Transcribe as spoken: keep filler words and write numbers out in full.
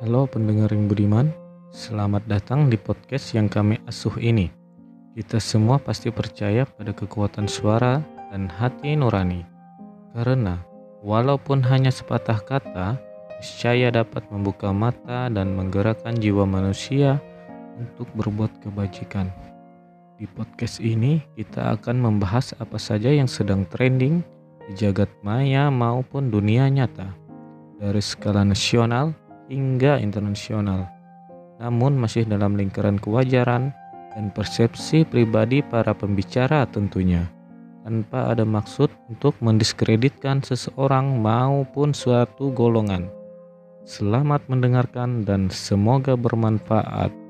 Halo pendengar yang budiman, selamat datang di podcast yang kami asuh ini. Kita semua pasti percaya pada kekuatan suara dan hati nurani. Karena walaupun hanya sepatah kata, niscaya dapat membuka mata dan menggerakkan jiwa manusia untuk berbuat kebajikan. Di podcast ini kita akan membahas apa saja yang sedang trending di jagat maya maupun dunia nyata, dari skala nasional hingga internasional, namun masih dalam lingkaran kewajaran dan persepsi pribadi para pembicara tentunya, tanpa ada maksud untuk mendiskreditkan seseorang maupun suatu golongan. Selamat mendengarkan dan semoga bermanfaat.